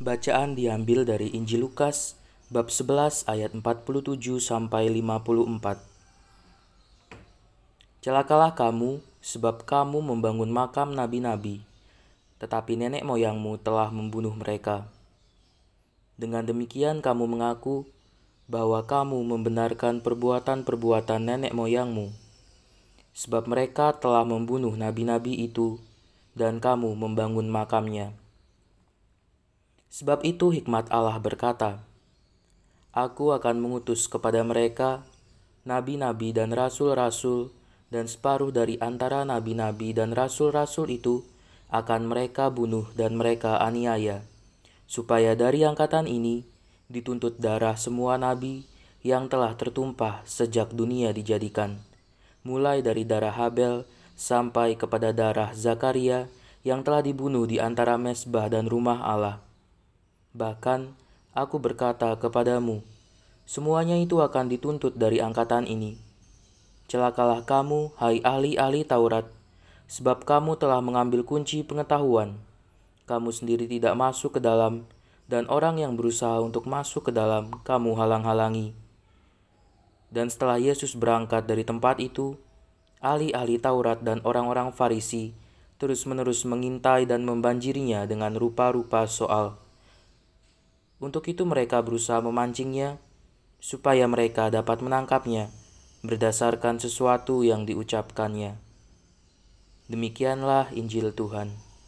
Bacaan diambil dari Injil Lukas bab 11 ayat 47 sampai 54. Celakalah kamu, sebab kamu membangun makam nabi-nabi, tetapi nenek moyangmu telah membunuh mereka. Dengan demikian kamu mengaku bahwa kamu membenarkan perbuatan-perbuatan nenek moyangmu, sebab mereka telah membunuh nabi-nabi itu, dan kamu membangun makamnya. Sebab itu hikmat Allah berkata, Aku akan mengutus kepada mereka nabi-nabi dan rasul-rasul, dan separuh dari antara nabi-nabi dan rasul-rasul itu akan mereka bunuh dan mereka aniaya, supaya dari angkatan ini dituntut darah semua nabi yang telah tertumpah sejak dunia dijadikan, mulai dari darah Habel sampai kepada darah Zakaria yang telah dibunuh di antara mezbah dan rumah Allah. Bahkan aku berkata kepadamu, semuanya itu akan dituntut dari angkatan ini. Celakalah kamu, hai ahli-ahli Taurat, sebab kamu telah mengambil kunci pengetahuan. Kamu sendiri tidak masuk ke dalam, dan orang yang berusaha untuk masuk ke dalam, kamu halang-halangi. Dan setelah Yesus berangkat dari tempat itu, ahli-ahli Taurat dan orang-orang Farisi terus-menerus mengintai dan membanjirinya dengan rupa-rupa soal. Untuk itu mereka berusaha memancingnya, supaya mereka dapat menangkapnya berdasarkan sesuatu yang diucapkannya. Demikianlah Injil Tuhan.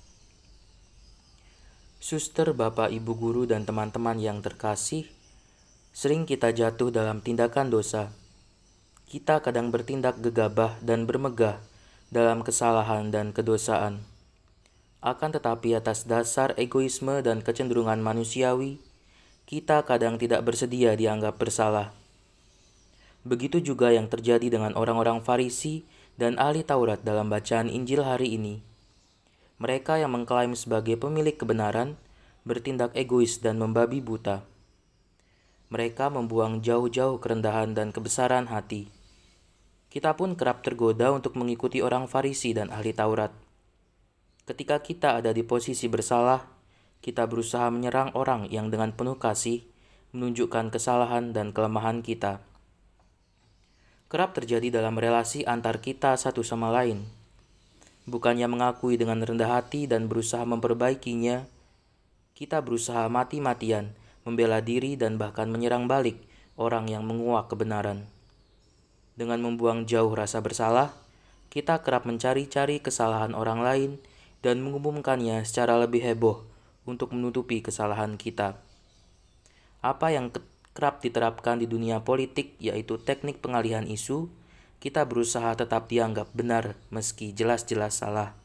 Suster, Bapak, Ibu Guru, dan teman-teman yang terkasih, sering kita jatuh dalam tindakan dosa. Kita kadang bertindak gegabah dan bermegah dalam kesalahan dan kedosaan. Akan tetapi atas dasar egoisme dan kecenderungan manusiawi, kita kadang tidak bersedia dianggap bersalah. Begitu juga yang terjadi dengan orang-orang Farisi dan ahli Taurat dalam bacaan Injil hari ini. Mereka yang mengklaim sebagai pemilik kebenaran bertindak egois dan membabi buta. Mereka membuang jauh-jauh kerendahan dan kebesaran hati. Kita pun kerap tergoda untuk mengikuti orang Farisi dan ahli Taurat. Ketika kita ada di posisi bersalah, kita berusaha menyerang orang yang dengan penuh kasih menunjukkan kesalahan dan kelemahan kita. Kerap terjadi dalam relasi antar kita satu sama lain. Bukannya mengakui dengan rendah hati dan berusaha memperbaikinya, kita berusaha mati-matian membela diri dan bahkan menyerang balik orang yang menguak kebenaran. Dengan membuang jauh rasa bersalah, kita kerap mencari-cari kesalahan orang lain dan mengumumkannya secara lebih heboh untuk menutupi kesalahan kita. Apa yang kerap diterapkan di dunia politik yaitu teknik pengalihan isu, kita berusaha tetap dianggap benar meski jelas-jelas salah.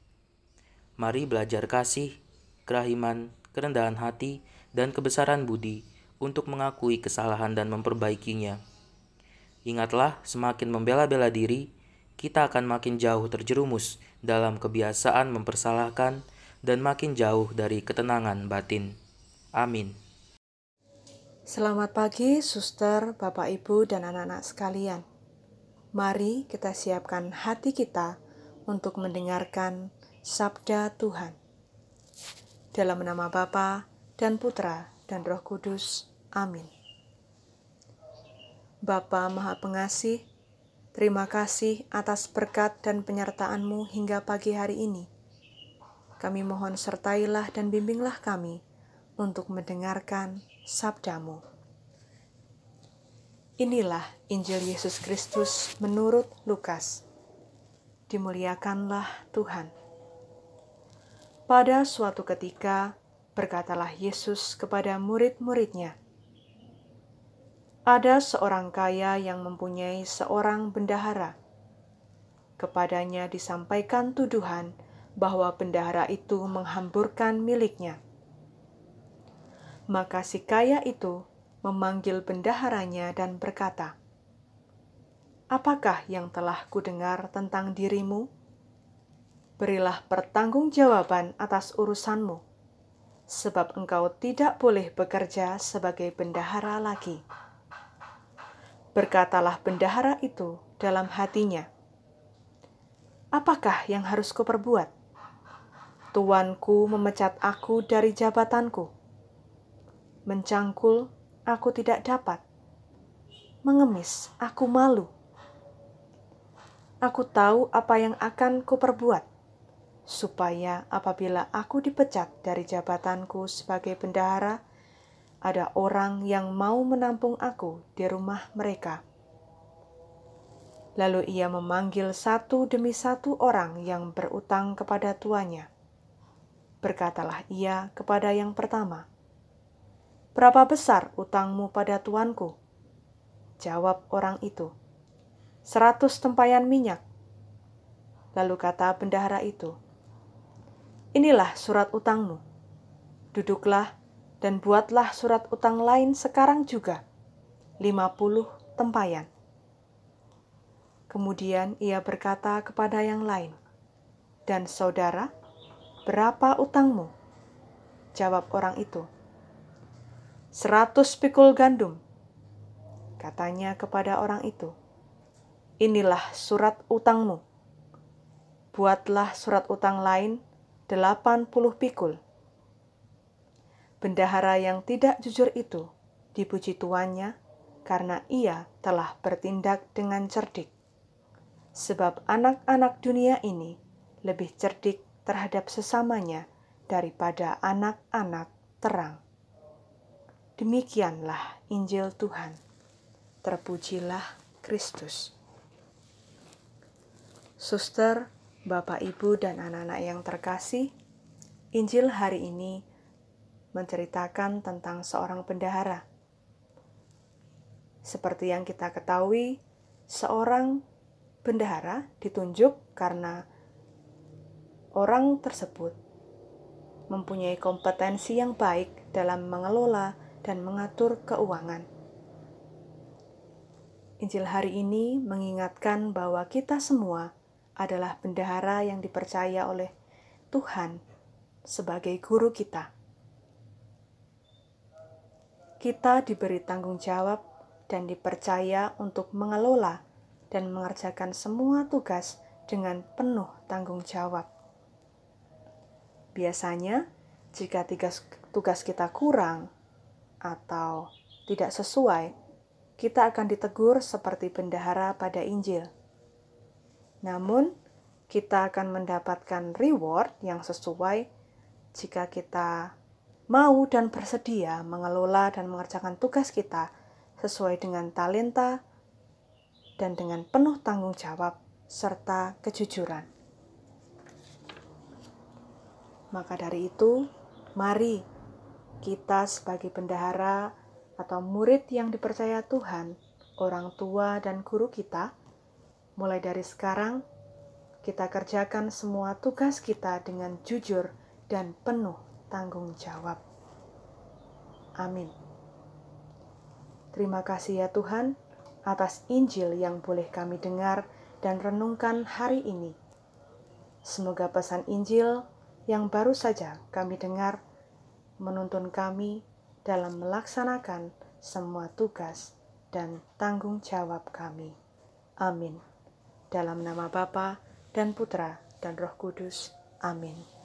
Mari belajar kasih, kerahiman, kerendahan hati, dan kebesaran budi untuk mengakui kesalahan dan memperbaikinya. Ingatlah, semakin membela-bela diri, kita akan makin jauh terjerumus dalam kebiasaan mempersalahkan dan makin jauh dari ketenangan batin. Amin. Selamat pagi, suster, Bapak, Ibu, dan anak-anak sekalian. Mari kita siapkan hati kita untuk mendengarkan sabda Tuhan. Dalam nama Bapa dan Putra dan Roh Kudus. Amin. Bapa Maha Pengasih, terima kasih atas berkat dan penyertaan-Mu hingga pagi hari ini. Kami mohon sertailah dan bimbinglah kami untuk mendengarkan sabda-Mu. Inilah Injil Yesus Kristus menurut Lukas. Dimuliakanlah Tuhan. Pada suatu ketika, berkatalah Yesus kepada murid-muridnya, ada seorang kaya yang mempunyai seorang bendahara. Kepadanya disampaikan tuduhan bahwa bendahara itu menghamburkan miliknya. Maka si kaya itu memanggil bendaharanya dan berkata, "Apakah yang telah kudengar tentang dirimu? Berilah pertanggungjawaban atas urusanmu, sebab engkau tidak boleh bekerja sebagai bendahara lagi." Berkatalah bendahara itu dalam hatinya, "Apakah yang harus kuperbuat? Tuanku memecat aku dari jabatanku." Mencangkul, aku tidak dapat. Mengemis, aku malu. Aku tahu apa yang akan kuperbuat, supaya apabila aku dipecat dari jabatanku sebagai bendahara, ada orang yang mau menampung aku di rumah mereka. Lalu ia memanggil satu demi satu orang yang berutang kepada tuannya. Berkatalah ia kepada yang pertama, "Berapa besar utangmu pada tuanku?" Jawab orang itu, 100 tempayan minyak. Lalu kata bendahara itu, "Inilah surat utangmu. Duduklah dan buatlah surat utang lain sekarang juga, 50 tempayan." Kemudian ia berkata kepada yang lain, "Dan saudara, berapa utangmu?" Jawab orang itu, 100 pikul gandum. Katanya kepada orang itu, "Inilah surat utangmu. Buatlah surat utang lain 80 pikul." Bendahara yang tidak jujur itu dipuji tuannya karena ia telah bertindak dengan cerdik. Sebab anak-anak dunia ini lebih cerdik terhadap sesamanya daripada anak-anak terang. Demikianlah Injil Tuhan. Terpujilah Kristus. Suster, Bapak, Ibu, dan anak-anak yang terkasih, Injil hari ini menceritakan tentang seorang bendahara. Seperti yang kita ketahui, seorang bendahara ditunjuk karena orang tersebut mempunyai kompetensi yang baik dalam mengelola dan mengatur keuangan. Injil hari ini mengingatkan bahwa kita semua adalah bendahara yang dipercaya oleh Tuhan sebagai guru kita. Kita diberi tanggung jawab dan dipercaya untuk mengelola dan mengerjakan semua tugas dengan penuh tanggung jawab. Biasanya, jika tugas kita kurang atau tidak sesuai, kita akan ditegur seperti bendahara pada Injil. Namun, kita akan mendapatkan reward yang sesuai jika kita mau dan bersedia mengelola dan mengerjakan tugas kita sesuai dengan talenta dan dengan penuh tanggung jawab serta kejujuran. Maka dari itu, mari kita sebagai bendahara atau murid yang dipercaya Tuhan, orang tua dan guru kita, mulai dari sekarang kita kerjakan semua tugas kita dengan jujur dan penuh tanggung jawab. Amin. Terima kasih ya Tuhan atas Injil yang boleh kami dengar dan renungkan hari ini. Semoga pesan Injil yang baru saja kami dengar menuntun kami dalam melaksanakan semua tugas dan tanggung jawab kami. Amin. Dalam nama Bapa dan Putra dan Roh Kudus. Amin.